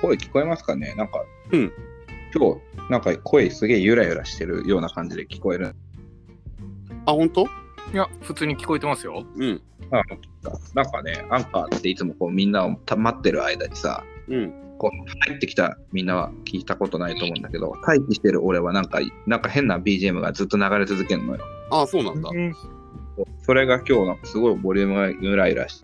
声聞こえますかね？なんか、 うん。 今日、なんか声すげえゆらゆらしてるような感じで聞こえる。 あ、本当？ いや、普通に聞こえてますよ。 うん。 なんかね、アンカーっていつもこうみんなを待ってる間にさ、こう入ってきたみんなは聞いたことないと思うんだけど、待機してる俺はなんか変な BGM がずっと流れ続けるのよ。 あ、そうなんだ。 それが今日なんかすごいボリュームがゆらゆらして。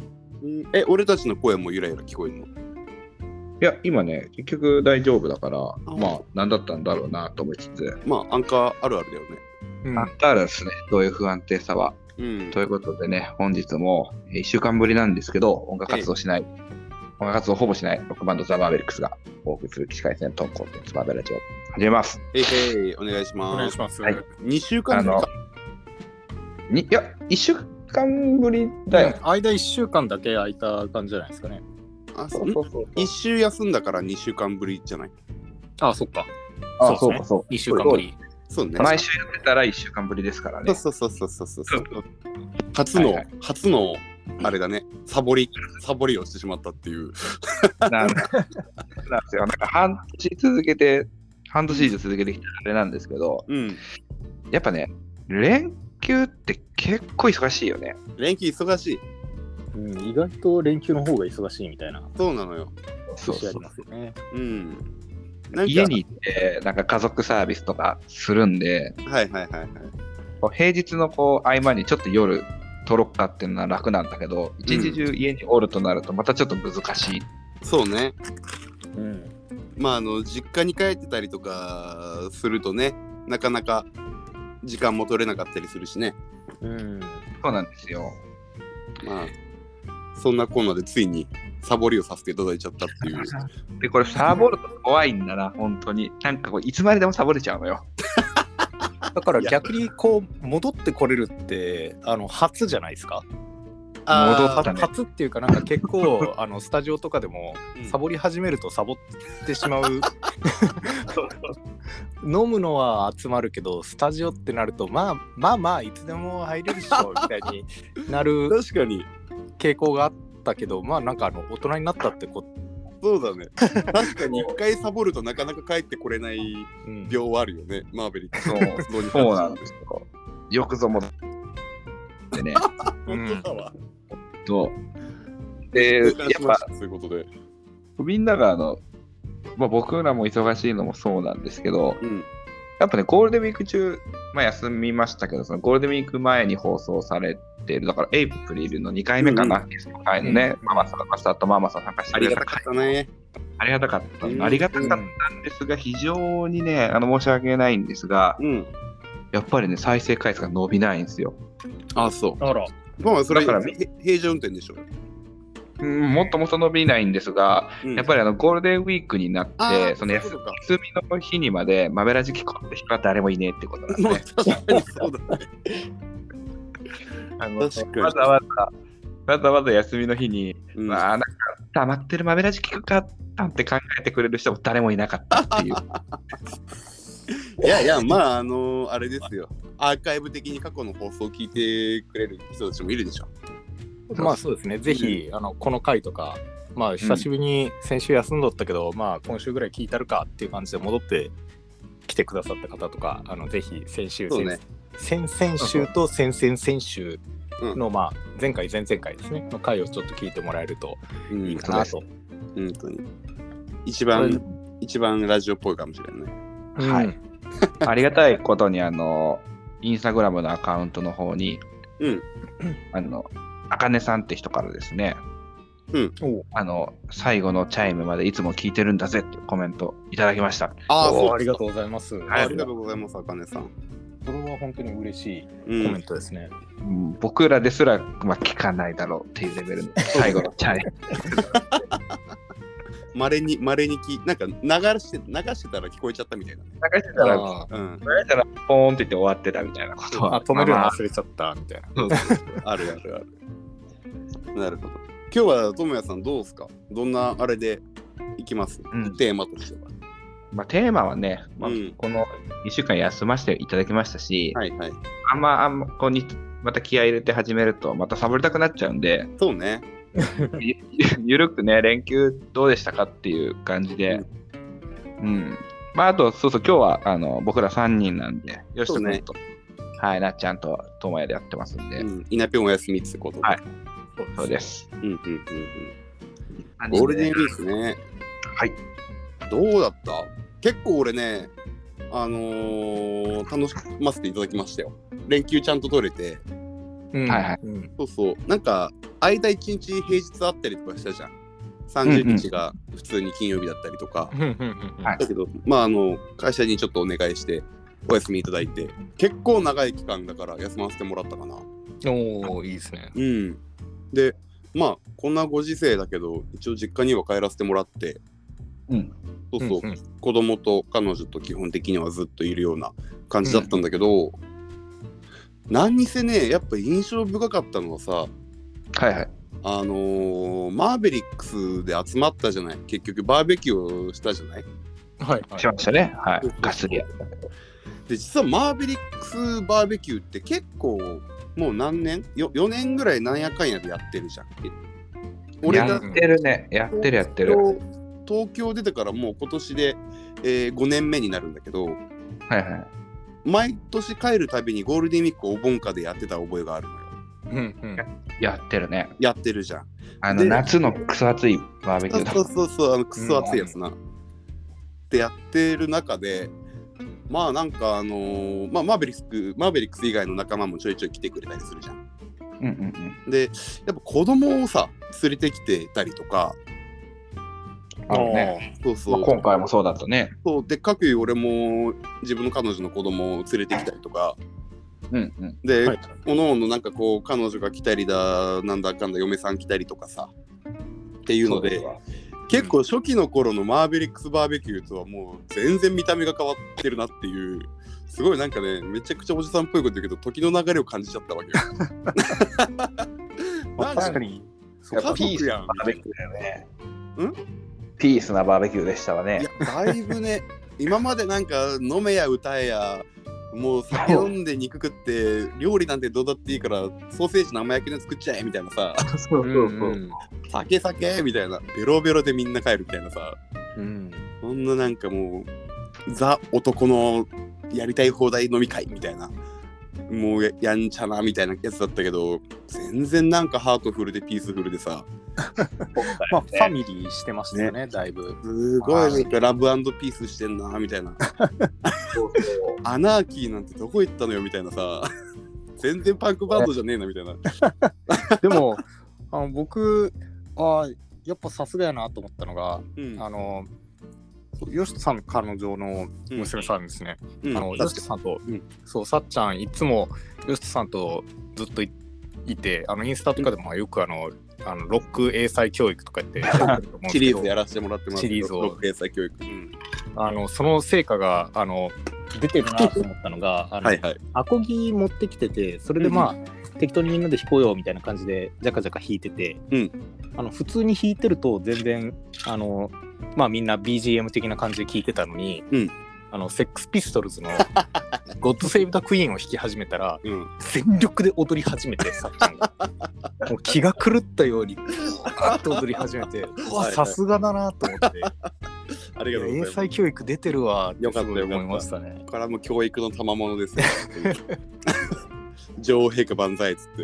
俺たちの声もゆらゆら聞こえるの？ いや、今ね、結局大丈夫だから、まあ、なんだったんだろうなと思いつつ。 まあ、アンカーあるあるだよね。 アンカーですね、そういう不安定さは。ということでね、本日も1週間ぶりなんですけど、音楽活動しない、音楽活動ほぼしないロックバンドザ・マーベリックスがお送りする起死回生のトークコンテンツマーベラジオ始めます。 お願いします。 お願いします。 はい、2週間ぶりか。 いや、1週間ぶりだよ。 間1週間だけ空いた感じじゃないですかね。 あ、そう。1週休んだから2週間ぶりじゃない？ あ、そっか。 あ、そうかそう。 2週間ぶり。 そうね。 毎週やってたら1週間ぶりですからね。 そう。初のあれだね、サボりをしてしまったっていう。 なんですよ。なんか半年以上続けてきたあれなんですけど、やっぱね、連休って結構忙しいよね。 連休忙しい。 意外と連休の方が忙しいみたいな。 そうなのよ。 そうありますよね。 家に行ってなんか家族サービスとかするんで、平日のこう合間にちょっと夜撮ろっかっていうのは楽なんだけど、一日中家におるとなるとまたちょっと難しい。 そうね。まあ実家に帰ってたりとかするとね、なかなか時間も取れなかったりするしね。 そうなんですよ。 まあそんなコーナーでついにサボりをさせていただいちゃったっていう。 で、これサボると怖いんだな、本当に。なんかこういつまででもサボれちゃうのよ。 だから逆にこう戻ってこれるって初じゃないですか。 戻ったね。 初っていうか、なんか結構スタジオとかでもサボり始めるとサボってしまう。飲むのは集まるけど、スタジオってなるとまあいつでも入れるっしょみたいになる確かに傾向があったけど、まあなんか大人になったってそうだね。確かに一回サボるとなかなか帰ってこれない病はあるよね、マーベリックスの活動に。 そうなんですよ。よくぞもってね。 本当だわ。 で、やっぱそういうことでみんなが僕らも忙しいのもそうなんですけど、やっぱね、ゴールデンウィーク中、休みましたけど、そのゴールデンウィーク前に放送されている、だからエイプリルの2回目かな、ゲスト会のね、ママさんとママさん参加してくれた。 ありがたかったね。 ありがたかったんですが、非常にね、申し訳ないんですが、やっぱりね、再生回数が伸びないんですよ。 あ、そう。 あら。 まあ、それから平常運転でしょ。 もっともっと伸びないんですが、やっぱりゴールデンウィークになって、その休みの日にまでマベラジ聞こうって人は誰もいねえってことなんですね。 確かにそうだね。 わざわざ休みの日に、なんか溜まってるマベラジ聞くかなんて考えてくれる人も誰もいなかったっていう。 いや、まあ、あれですよ。アーカイブ的に過去の放送を聞いてくれる人たちもいるでしょ。 まあそうですね。ぜひ、この回とか、まあ久しぶりに先週休んどったけど、まあ今週ぐらい聞いたるかっていう感じで戻って来てくださった方とか、ぜひ先週、先々週と先々週の、まあ前回前々回ですねの回をちょっと聞いてもらえるといいかなと。 本当に一番ラジオっぽいかもしれないね。 はい。ありがたいことにインスタグラムのアカウントの方に、あかねさんって人からですね、最後のチャイムまでいつも聞いてるんだぜってコメントいただきました。 ありがとうございます。 ありがとうございます、あかねさん。 それは本当に嬉しいコメントですね。 僕らですら聞かないだろうっていうレベルの最後のチャイム。 まれになんか流してたら聞こえちゃったみたいな。 流してたらポーンって言って終わってたみたいなことは。 止めるの忘れちゃったみたいな。 ある。なるほど。今日はともやさんどうですか？どんなあれでいきます？テーマとしては。 テーマはね、この1週間休ませていただきましたし、あんまここにまた気合い入れて始めるとまたサボりたくなっちゃうんで、 そうね。 ゆるくね、連休どうでしたかっていう感じで、まあ、あと、そうそう、今日は僕ら3人なんで、よしと君と、はい、なっちゃんとともやでやってますんで、 いなぴょんお休みってことで。 はい、そうです。 ゴールデンウィークね。 はい。 どうだった？結構俺ね、楽しませていただきましたよ。連休ちゃんと取れて。 はいはい。 そうそう。なんか、間1日平日あったりとかしたじゃん。30日が普通に金曜日だったりとか。だけど、まあ、会社にちょっとお願いして、お休みいただいて、結構長い期間だから休ませてもらったかな。 おー、いいですね。 で、まあ、こんなご時世だけど、一応実家には帰らせてもらって、そうそう、子供と彼女と基本的にはずっといるような感じだったんだけど、何にせね、やっぱ印象深かったのはさ、 はいはい。 マーベリックスで集まったじゃない。結局バーベキューをしたじゃない。 はい、 しましたね。はい。ガスリア。 で、実はマーベリックスバーベキューって結構もう何年 4年ぐらいなんやかんやでやってるじゃん。 俺やってるね。やってる。 東京出てからもう今年で、5年目になるんだけど、 はいはい。 毎年帰るたびにゴールデンウィークお盆かでやってた覚えがあるのよ。 やってるね。 やってるじゃん。 夏のクソ暑いバーベキューだ。 そうクソ暑いやつな。ってやってる中で、まあなんかまあマーベリックス以外の仲間もちょいちょい来てくれたりするじゃん。で、やっぱ子供をさ連れてきてたりとか。 そう、今回もそうだったね。 そうで、各有俺も自分の彼女の子供を連れてきたりとか。で、おのおのなんかこう彼女が来たりだなんだかんだ嫁さん来たりとかさっていうので、結構初期の頃のマーベリックスバーベキューとはもう全然見た目が変わってるなっていう、すごいなんかね、めちゃくちゃおじさんっぽいこと言うけど時の流れを感じちゃったわけよ。 確かにピースなバーベキューだよね。ピースなバーベキューでしたわね。 いや、だいぶね、今までなんか飲めや歌えやもう酒飲んで肉食って料理なんてどうだっていいからソーセージ生焼きで作っちゃえみたいなさ、酒みたいな、ベロベロでみんな帰るみたいなさ、そんななんかもうザ男のやりたい放題飲み会みたいな、もう やんちゃなみたいなやつだったけど、全然なんかハートフルでピースフルでさまあファミリーしてましたよね、だいぶ。 すごいなんかラブ&ピースしてんなみたいな。アナーキーなんてどこ行ったのよみたいなさ、全然パンクバンドじゃねえなみたいな。 でも僕やっぱさすがやなと思ったのが、ヨシトさんの彼女の娘さんですね。ヨシトさんと、そうさっちゃんいつもヨシトさんとずっといて、インスタとかでもよくロック英才教育とか言ってやってると思うんですけど、 シリーズやらせてもらってます。 シリーズをロック英才教育。 その成果が出てるなと思ったのが、アコギ持ってきてて、それでまあ、適当にみんなで弾こうよみたいな感じでジャカジャカ弾いてて、普通に弾いてると全然まあみんな BGM 的な感じで聴いてたのに、セックスピストルズの「ゴッド・セイブ・ザ・クイーン」を弾き始めたら、全力で踊り始めて、さっちゃんがもう気が狂ったようにバーッと踊り始めて、うわさすがだなと思って、 ありがとうございます。 英才教育出てるわってよかったよ思いましたね。 これからも教育の賜物ですよ。女王陛下万歳っつって。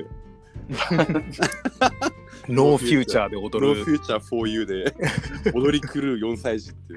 ノーフューチャーで踊る。 ノーフューチャー for you で踊り狂う4歳児って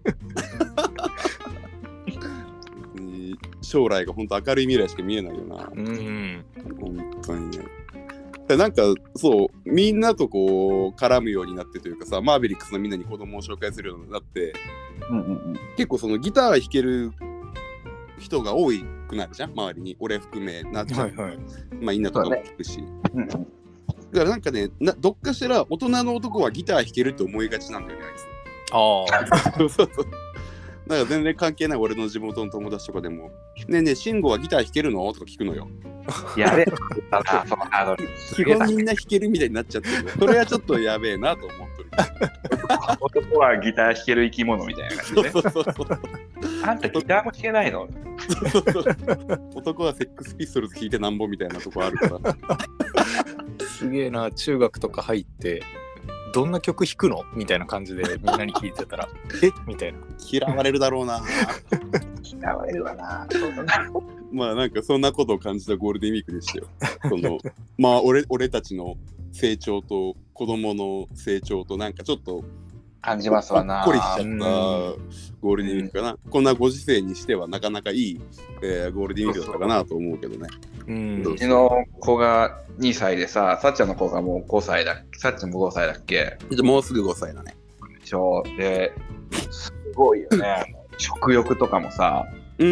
将来が本当明るい未来しか見えないよな。本当にね。なんかそうみんなとこう絡むようになってというかさ、マーベリックスのみんなに子供を紹介するようになって、結構そのギター弾ける人が多くなるじゃん、周りに。俺含めなっちゃう、まあみんなとかも聞くし、だからなんかね、どっかしら大人の男はギター弾けるって思いがちなんだよね、あいつ。そうだから全然関係ない俺の地元の友達とかでも「ねえねえ慎吾はギター弾けるの?」とか聞くのよ。 やべえ基本みんな弾けるみたいになっちゃってる。それはちょっとやべえなと思ってる。 男はギター弾ける生き物みたいな感じでね。あんたギターも弾けないの？ 男はセックスピストルズ弾いてなんぼみたいなとこあるから。 すげえな、中学とか入ってどんな曲弾くのみたいな感じでみんなに聞いてたらえみたいな。 嫌われるだろうな。 嫌われるわな。 まあなんかそんなことを感じたゴールデンウィークでしたよ。そのまあ俺たちの成長と子供の成長となんかちょっと感じますわな。 ほっこりしちゃったゴールデンウィークかな。こんなご時世にしてはなかなかいい、ゴールデンウィークだったかなと思うけどね。 うちの子が2歳でさ、さっちゃんの子がもう5歳だっけ。さっちゃんも5歳だっけ。 もうすぐ5歳だね。 で、すごいよね。食欲とかもさ、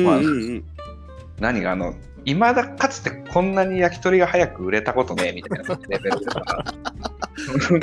何がいまだかつてこんなに焼き鳥が早く売れたことねえみたいなレベルだから。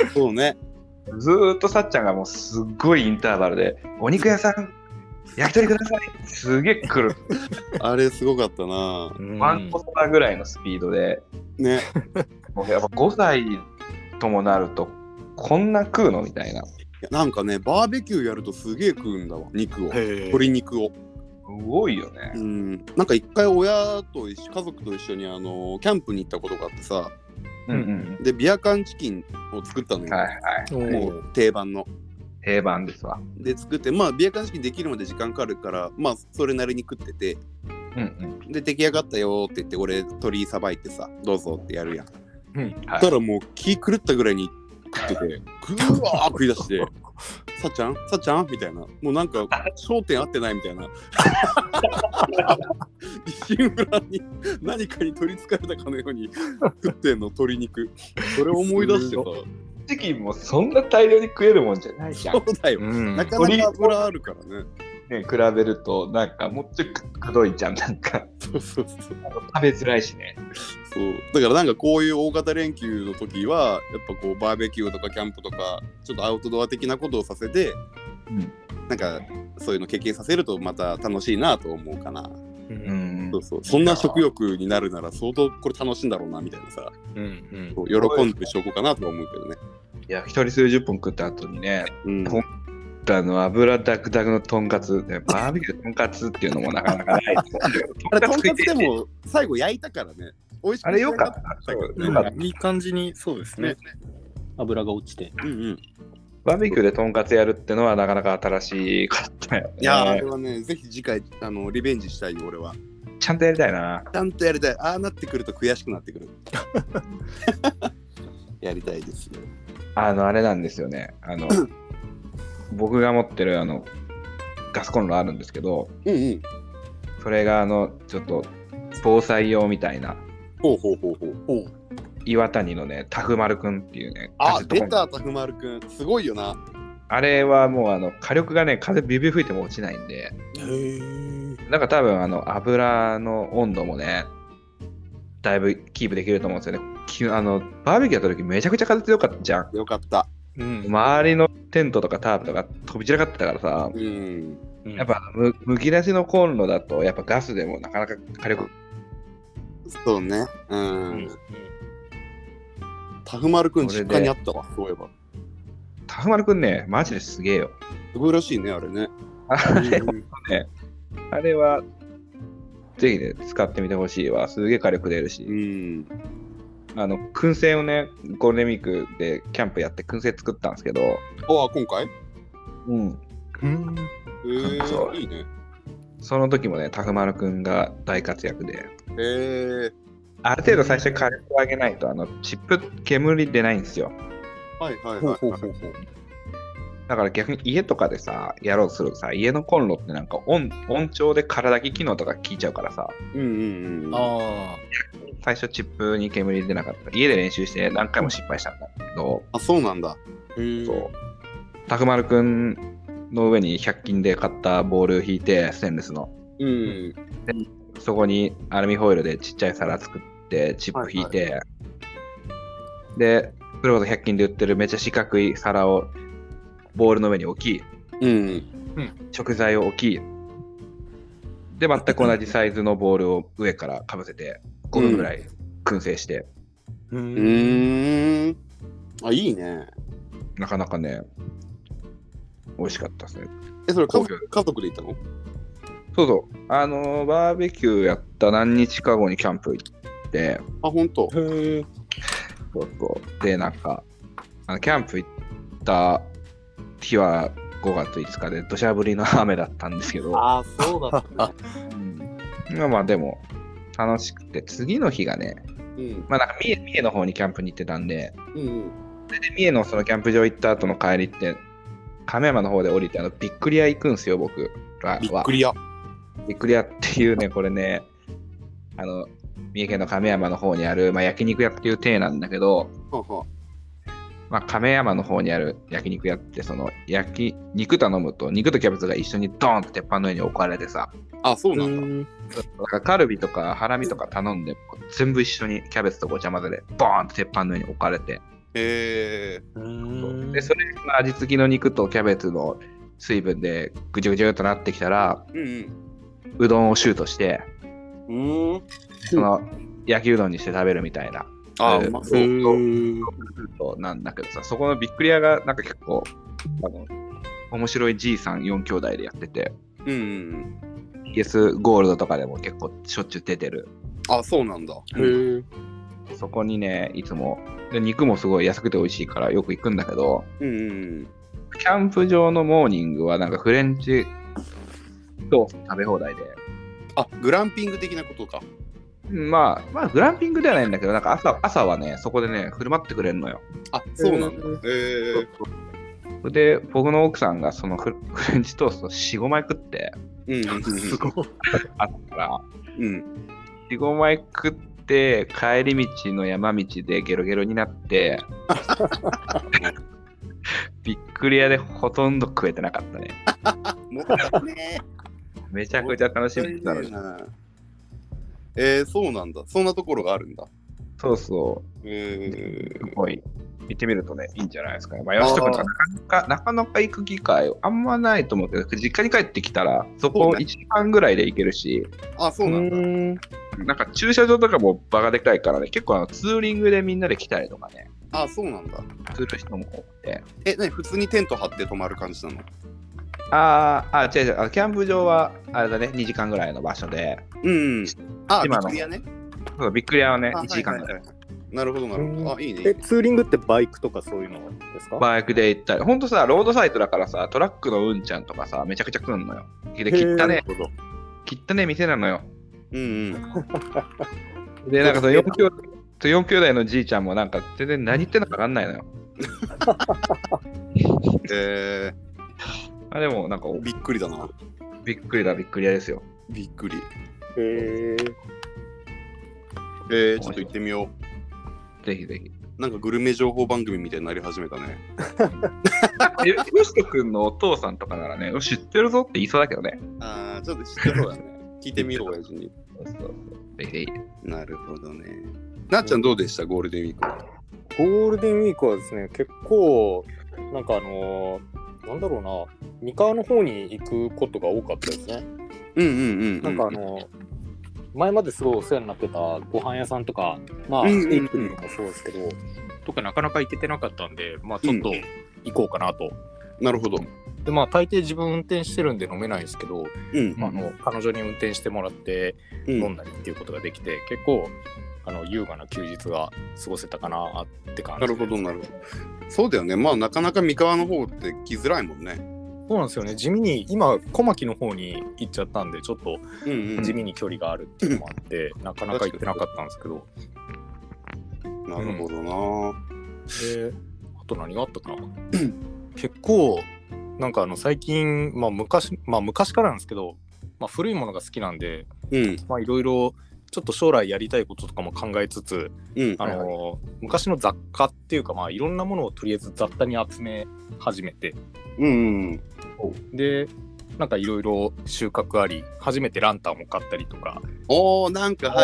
そうね。 ずーっとさっちゃんがもうすっごいインターバルで、お肉屋さん、焼き鳥くださいすげえ来る。 あれすごかったな。 ワンコそばぐらいのスピードで。 ね。 もうやっぱ5歳ともなると、こんな食うのみたいな。 なんかね、バーベキューやるとすげえ食うんだわ、肉を。鶏肉を。 すごいよね。 なんか一回親と家族と一緒にキャンプに行ったことがあってさ、でビア缶チキンを作ったのよ、もう定番の定番ですわ。 で作って、まあビア缶チキンできるまで時間かかるから、まあそれなりに食ってて、で出来上がったよって言って俺鶏さばいてさ、どうぞってやるやん。たらもう気狂ったぐらいに食ってて、ぐわー食い出してさっちゃんみたいな、もうなんか焦点合ってないみたいな一瞬裏に何かに取りつかれたかのように食ってんの、鶏肉。それを思い出してさ、 チキンもそんな大量に食えるもんじゃないじゃん。 そうだよ、なかなか油あるからね。 比べるとなんかもうちょっとくどいじゃん、なんかそう食べづらいしね。 そうだからなんかこういう大型連休の時はやっぱこうバーベキューとかキャンプとかちょっとアウトドア的なことをさせて、なんかそういうの経験させるとまた楽しいなと思うかな。そんな食欲になるなら相当これ楽しいんだろうなみたいなさ、喜んでしょこうかなとは思うけどね。 いや、一人数十分食った後にね、油ダクダクのとんかつ、バーベキューでとんかつっていうのもなかなかない。 あれとんかつでも最後焼いたからね、美味しくあれよかった。 いい感じに、そうですね。油が落ちて。 バーベキューでとんかつやるってのはなかなか新しかったよね。 いやあれはね、ぜひ次回リベンジしたいよ俺は。 ちゃんとやりたいな。 ちゃんとやりたい。ああなってくると悔しくなってくる。やりたいですよ。 あれなんですよね。僕が持ってるガスコンロあるんですけど、それがちょっと防災用みたいな。岩谷のね、タフマルくんっていうね。 出たタフマルくん。すごいよな。 あれはもう火力がね、風ビュービュー吹いても落ちないんで。なんか多分油の温度もね、だいぶキープできると思うんですよね。バーベキューやった時めちゃくちゃ風強かったじゃん。 よかった。 周りのテントとかタープとか飛び散らかってたからさ、やっぱむき出しのコンロだとやっぱガスでもなかなか火力。 そうね。タフマルくん実家にあったわ、そういえば。 タフマルくんね、マジですげえよ。 すごいらしいね、あれね。 あれはぜひね、使ってみてほしいわ。すげえ火力出るし。燻製をね、ゴールデンウィークでキャンプやって燻製作ったんですけど。 今回？ そういいね。 その時もね、タフマルくんが大活躍で。ある程度最初に火力を上げないと、チップ煙出ないんですよ。だから逆に家とかでさ、やろうとするとさ、家のコンロってなんか音調で空だき機能とか効いちゃうからさ。最初チップに煙出なかった。家で練習して何回も失敗したんだけど。 そうなんだ。 そう。タフマルくんの上に100均で買ったボールを引いて、ステンレスの。でそこにアルミホイルでちっちゃい皿作ってチップ引いて、でそれこそ100均で売ってるめっちゃ四角い皿をボールの上に置き、食材を置き、で全く同じサイズのボールを上からかぶせて5分ぐらい燻製して、 いいね。 なかなかね美味しかったですね。 それ家族で行ったの？ そうそう、バーベキューやった何日か後にキャンプ行って。 本当。 そうそう。で、なんか、キャンプ行った日は5月5日で土砂降りの雨だったんですけど。 ああ、そうだったね。 まあでも、楽しくて、次の日がね、まあなんか三重の方にキャンプに行ってたんで、で三重のそのキャンプ場行った後の帰りって、亀山の方で降りて、ビックリ屋行くんすよ、僕らは。 ビックリ屋ビックリ屋っていうね、これね、三重県の亀山の方にある、まあ、焼肉屋っていう体なんだけど、まあ、亀山の方にある焼肉屋って、その肉頼むと肉とキャベツが一緒にドーンって鉄板の上に置かれてさ。 あ、そうなんだ。 だからカルビとかハラミとか頼んで、全部一緒にキャベツとごちゃ混ぜで、ボーンって鉄板の上に置かれて。で、それが味付きの肉とキャベツの水分でぐちゅぐちゅっとなってきたら、うどんをシュートして、その焼きうどんにして食べるみたいな。 あ、うまそう。 なんだけどさ、そこのビックリ屋がなんか結構面白いじいさん4兄弟でやってて、イエスゴールドとかでも結構しょっちゅう出てる。 あ、そうなんだ。 そこにね、いつもで肉もすごい安くて美味しいからよく行くんだけど、キャンプ場のモーニングはなんかフレンチと食べ放題で。 あ、グランピング的なことか。 まあグランピングではないんだけど、なんか朝はね、そこでね、振る舞ってくれるのよ。 あ、そうなんだ。 で、僕の奥さんがそのフレンチトースト4、5枚食って、 すごい。 あったら、4、5枚食って、帰り道の山道でゲロゲロになって、びっくり屋でほとんど食えてなかったね。 もったいね。 めちゃくちゃ楽しみだろう。 そうなんだ。そんなところがあるんだ。 そうそう。すごい。行ってみるとね、いいんじゃないですかね。まあ、よしとくんなかなか行く機会あんまないと思うけど、実家に帰ってきたら、そこ1時間ぐらいで行けるし、 あ、そうなんだ。 なんか駐車場とかもバカでかいからね、結構ツーリングでみんなで来たりとかね。 あ、そうなんだ。 する人も多くて。 普通にテント張って泊まる感じなの？ 違う、キャンプ場は、あれだね、2時間ぐらいの場所で。 あ、ビックリ屋ね。 そう、ビックリ屋はね、1時間ぐらい。 なるほど、なるほど。あ、いいね。 ツーリングってバイクとかそういうのですか？ バイクで行ったり。ほんとさ、ロードサイトだからさ、トラックのうんちゃんとかさ、めちゃくちゃ来んのよ。で、切ったね店なのよ。で、なんかその4兄弟のじいちゃんもなんか全然何言ってんのか分かんないのよ。でもなんかびっくりだな。 びっくり屋ですよ。 びっくり。ちょっと行ってみよう。ぜひぜひ。 なんかグルメ情報番組みたいになり始めたね。 よしとくんのお父さんとかならね、知ってるぞって言いそうだけどね。 ちょっと知ってる方だね。聞いてみよう、親父に。 ぜひ。 なるほどね。なっちゃんどうでした、ゴールデンウィークは？ ゴールデンウィークはですね、結構、なんかなんだろうな、三河の方に行くことが多かったですね。なんか前まですごいお世話になってたご飯屋さんとか、まあ、エイプリルもそうですけど、とかなかなか行けてなかったんで、まあちょっと行こうかなと。 なるほど。 で、まあ大抵自分運転してるんで飲めないんですけど、彼女に運転してもらって飲んだりっていうことができて、結構、優雅な休日が過ごせたかなって感じ。 なるほど、なるほど。そうだよね。まあなかなか三河の方って来づらいもんね。 そうなんですよね。地味に今小牧の方に行っちゃったんで、ちょっと地味に距離があるっていうのもあって、なかなか行ってなかったんですけど。 なるほどな。 で、あと何があったかな。結構なんか最近、昔からなんですけど、古いものが好きなんで、いろいろちょっと将来やりたいこととかも考えつつ、昔の雑貨っていうか、いろんなものをとりあえず雑多に集め始めて、で、なんかいろいろ収穫あり、初めてランタンを買ったりとか、 なんか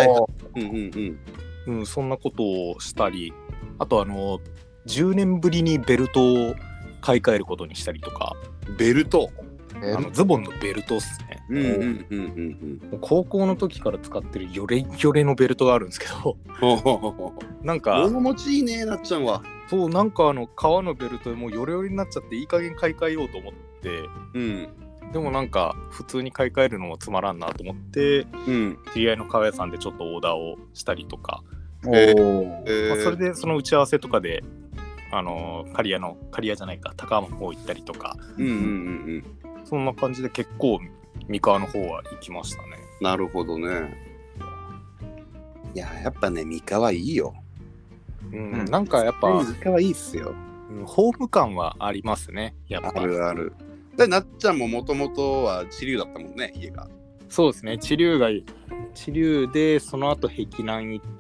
そんなことをしたり、あと10年ぶりにベルトを買い替えることにしたりとか。 ベルト？ ズボンのベルトっすね。高校の時から使ってるヨレヨレのベルトがあるんですけどなんか物持ちいいね、なっちゃんは。 そう、なんか革のベルトでもうヨレヨレになっちゃっていい加減買い替えようと思って、でもなんか普通に買い替えるのもつまらんなと思って、知り合いの革屋さんでちょっとオーダーをしたりとかそれでその打ち合わせとかで刈谷じゃないか高浜の方行ったりとか、そんな感じで結構三河の方は行きましたね。 なるほどね。いややっぱね三河いいよ。 なんかやっぱ三河いいっすよ。 ホーム感はありますね。やっぱあるある。でなっちゃんももともとは知立だったもんね家が。 そうですね。知立でその後碧南行って、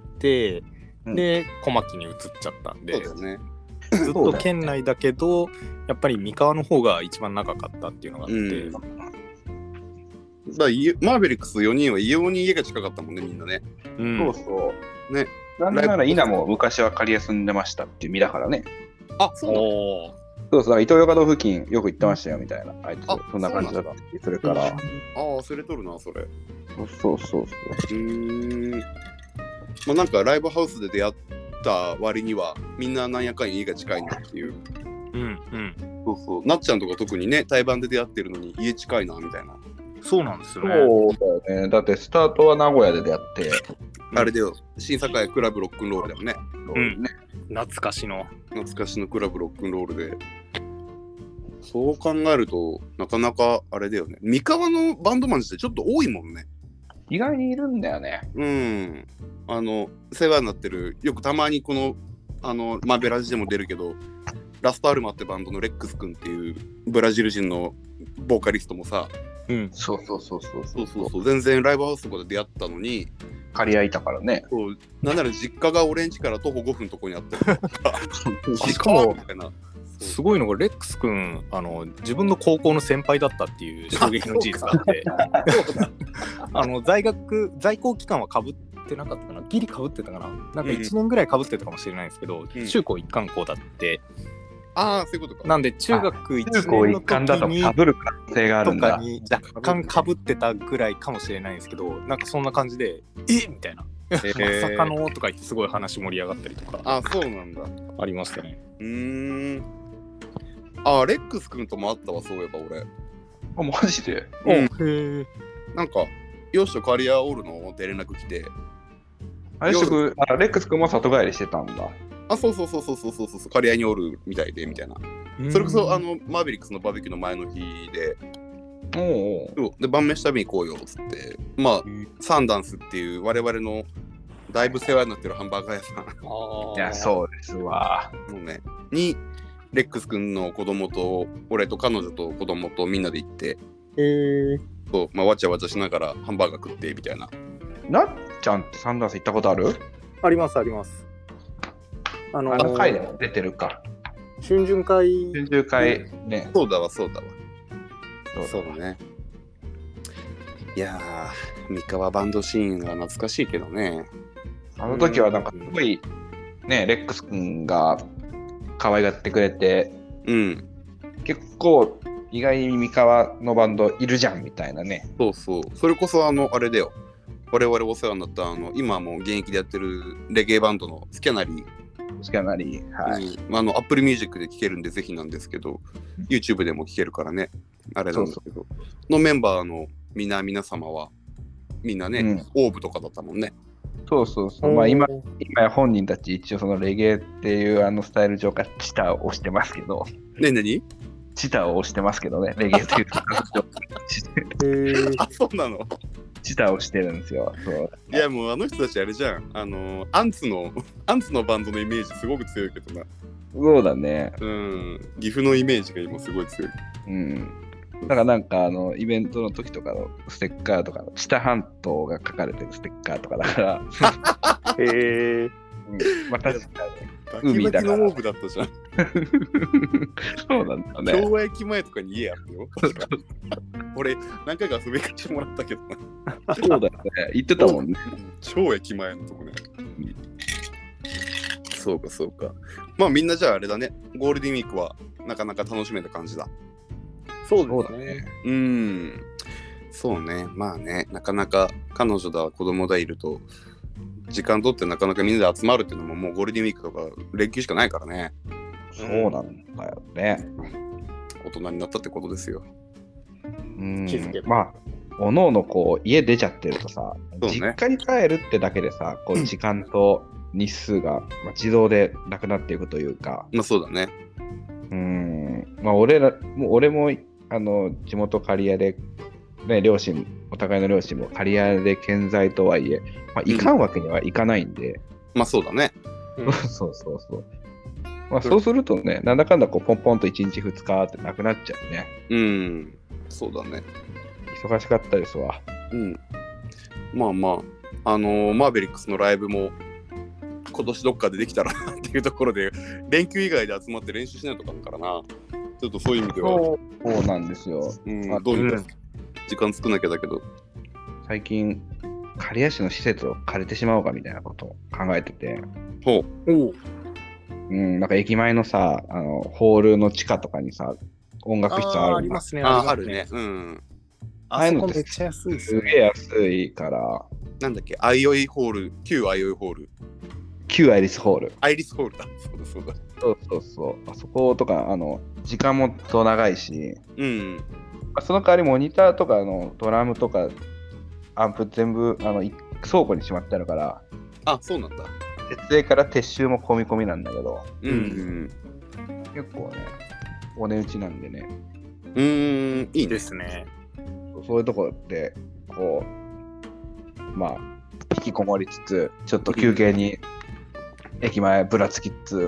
で小牧に移っちゃったんで。 そうだね。 ずっと県内だけど、やっぱり三河の方が一番長かったっていうのがあって、 だマーベリックス4人は異様に家が近かったもんねみんなね。 そうそうね。 なんなら稲も昔は刈谷住んでましたっていう身だからね。 あ、そうだ。 そうそう、伊東洋華堂付近よく行ってましたよみたいな。あいつそんな感じだったりするから。 忘れとるなそれ。 そう。 まあなんかライブハウスで出会った割にはみんななんやかんや家が近いなっていう。そうなっちゃんとか特にね対バンで出会ってるのに家近いなみたいな。 そうなんですよね。 そうだよね。だってスタートは名古屋で出会って、 あれだよ新栄クラブロックンロールだよね。 懐かしのクラブロックンロールで。そう考えるとなかなかあれだよね。三河のバンドマンってちょっと多いもんね。 意外にいるんだよね。 世話になってるよくたまにこのマベラジでも出るけどラストアルマってバンドのレックス君っていうブラジル人のボーカリストもさ、そう全然ライブハウスとかで出会ったのに刈谷いたからね。 そうなんなら実家が俺ん家から徒歩5分のとこにあったしかもみたいな。すごいのがレックス君自分の高校の先輩だったっていう衝撃の事実があって在校期間はかぶってなかったかな、ギリかぶってたかな、なんか1年ぐらいかぶってたかもしれないんですけど、中高一貫校だって、 そういうことか。 なんで中学1年の時にかぶる可能性があるんだ。 とかに若干かぶってたぐらいかもしれないんですけど、なんかそんな感じでみたいなまさかのとか言ってすごい話盛り上がったりとか。 そうなんだ。 ありましたね。 レックス君とも会ったわそういえば俺。 マジで。 なんかよしと刈谷おるのって連絡来て。レックス君も里帰りしてたんだ。 そう刈谷におるみたいでみたいな。それこそマーベリックスのバーベキューの前の日で。で晩飯食べに行こうよっつってサンダンスっていう我々のだいぶ世話になってるハンバーガー屋さんいやそうですわもうねにレックス君の子供と俺と彼女と子供とみんなで行ってわちゃわちゃしながらハンバーガー食ってみたいな。 なっちゃんってサンダンス行ったことある？ あります。 回でも出てるか。 春巡会ね。そうだわ。そうね。いやー、三河バンドシーンが懐かしいけどね。 あの時はなんかすごいね、レックス君が可愛がってくれて、結構意外に三河のバンドいるじゃんみたいなね。 それこそあれだよ。我々お世話になった今も現役でやってるレゲエバンドのスキャナリー。はい。Apple Music で聴けるんでぜひなんですけど、YouTube でも聴けるからね。あれなんですけど。のメンバーの皆様はみんなね、オーブとかだったもんね。 そう。今や本人たち一応そのレゲエっていうスタイル上からチタを押してますけど。 何？ チタを押してますけどね、レゲエっていうそうなの？ チタをしてるんですよ。 いやもう人たちあれじゃん。アンツのバンドのイメージすごく強いけどな。 そうだね。 岐阜のイメージが今すごい強い。 だからなんかイベントの時とかのステッカーとかの知多半島が書かれてるステッカーとかだから確かに海だからバキバキのオーブだったじゃんそうなんだね。 昭和駅前とかに家あったよ俺何回か遊び行かせてもらったけどなそうだよね、行ってたもんね。 超駅前のとこね。そうか。みんなじゃああれだね、ゴールデンウィークはなかなか楽しめた感じだ。 そうだね。 そうね。なかなか彼女だ子供だいると時間取ってなかなかみんなで集まるっていうのももうゴールデンウィークとか連休しかないからね。 そうなんだよね。 大人になったってことですよ。 おのおのこう家出ちゃってるとさ、実家に帰るってだけでさ、こう時間と日数が自動でなくなっていくというか、 まあそうだね。 まあ俺も地元刈谷で、ね、お互いの両親も刈谷で健在とはいえ、まあ、いかんわけにはいかないんで、 まあそうだね。 そうそうそう。まあそうするとね、なんだかんだこうポンポンと1日2日ってなくなっちゃうね。 そうだね。 忙しかったですわ。 まあまあ、マーベリックスのライブも今年どっかでできたらなっていうところで、連休以外で集まって練習しないとかだからな。ちょっとそういう意味では。 そうなんですよ。 どうにか時間作んなきゃだけど。 最近、刈谷市の施設を借りてしまおうかみたいなことを考えてて。なんか駅前のさ、ホールの地下とかにさ、音楽室ありますね。 あるね。 ああいうのめっちゃ安いですね。 すげえ安いから。 なんだっけ、アイオイホール、旧アイオイホール。 旧アイリスホール。 アイリスホールだ。そうだ。 そう。あそことか、時間も長いし、その代わりモニターとかドラムとかアンプ全部倉庫にしまってあるから。 あ、そうなんだ。 設営から撤収も込み込みなんだけど、結構ね、お値打ちなんでね。 いいですね。 そういうとこで、こう、まあ、引きこもりつつ、ちょっと休憩に駅前ぶらつきつつ、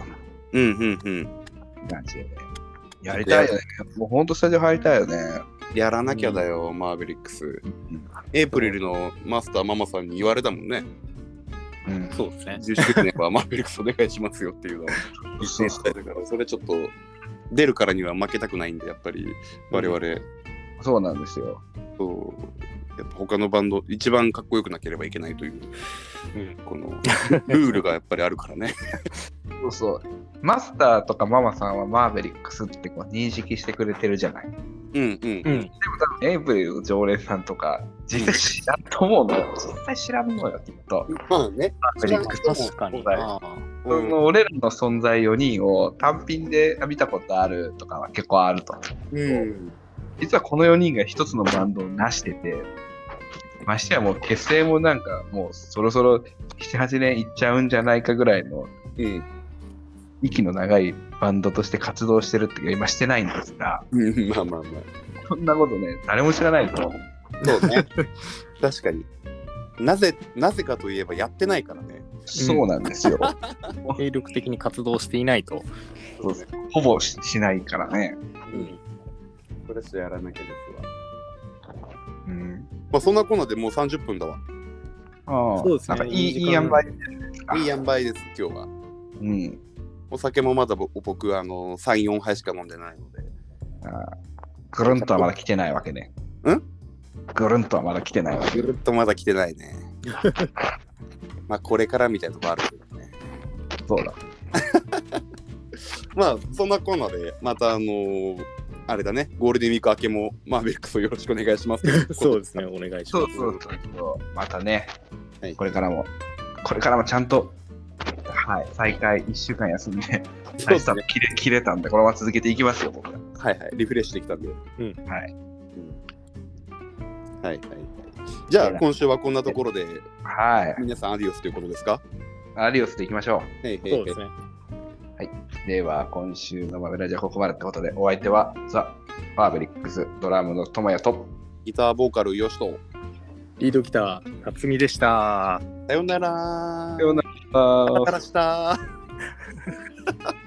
感じでね。やりたいよね。もうほんとスタジオ入りたいよね。 やらなきゃだよ、マーベリックス。エイプリルのマスターママさんに言われたもんね。 そうですね。 10周年はマーベリックスお願いしますよっていうのを実践したいだから、それちょっと出るからには負けたくないんで、やっぱり我々。 そうなんですよ。 やっぱ他のバンド、一番かっこよくなければいけないという、このルールがやっぱりあるからね。 そう。マスターとかママさんはマーベリックスってこう認識してくれてるじゃない。でも多分エイプリルの常連さんとか実際知らんと思うのよ。実際知らんのよ、きっと。 まあね。 マーベリックス確かに。 その俺らの存在4人を単品で見たことあるとかは結構あると。実はこの4人が一つのバンドを成してて、ましてやもう結成もなんかもうそろそろ7、8年いっちゃうんじゃないかぐらいの、息の長いバンドとして活動してるって今してないんですが、 まあ。 そんなことね、誰も知らないと。 そうね。確かに。なぜかといえばやってないからね。 そうなんですよ。 精力的に活動していないと。 ほぼしないからね。 これしやらなきゃですわ。まあそんなこんなでもう30分だわ。 そうですね。 なんかいい塩梅。 いい塩梅です、今日は。お酒もまだ僕3、4杯しか飲んでないので。 ぐるんとはまだ来てないわけね。ぐるんとはまだ来てないわけ。 ぐるっとまだ来てないね。まあこれからみたいなとこあるけどね。 そうだ。 まあそんなコーナーでまたあれだね、ゴールデンウィーク明けもマーベリックスをよろしくお願いします。 そうですね、お願いします。 そうまたね、これからもちゃんと、再開1週間休んで、再スタート切れたんで、このまま続けていきますよ、僕は。 リフレッシュできたんで。じゃあ、今週はこんなところで、皆さんアディオスということですか？ アディオスでいきましょう。 そうですね。 では、今週のマベラジはここまでってことで、お相手はザ・マーベリックスドラムのトモヤと、 ギターボーカルヨシと、 リードギター辰巳でした。 さようなら。 さようなら。 また明日。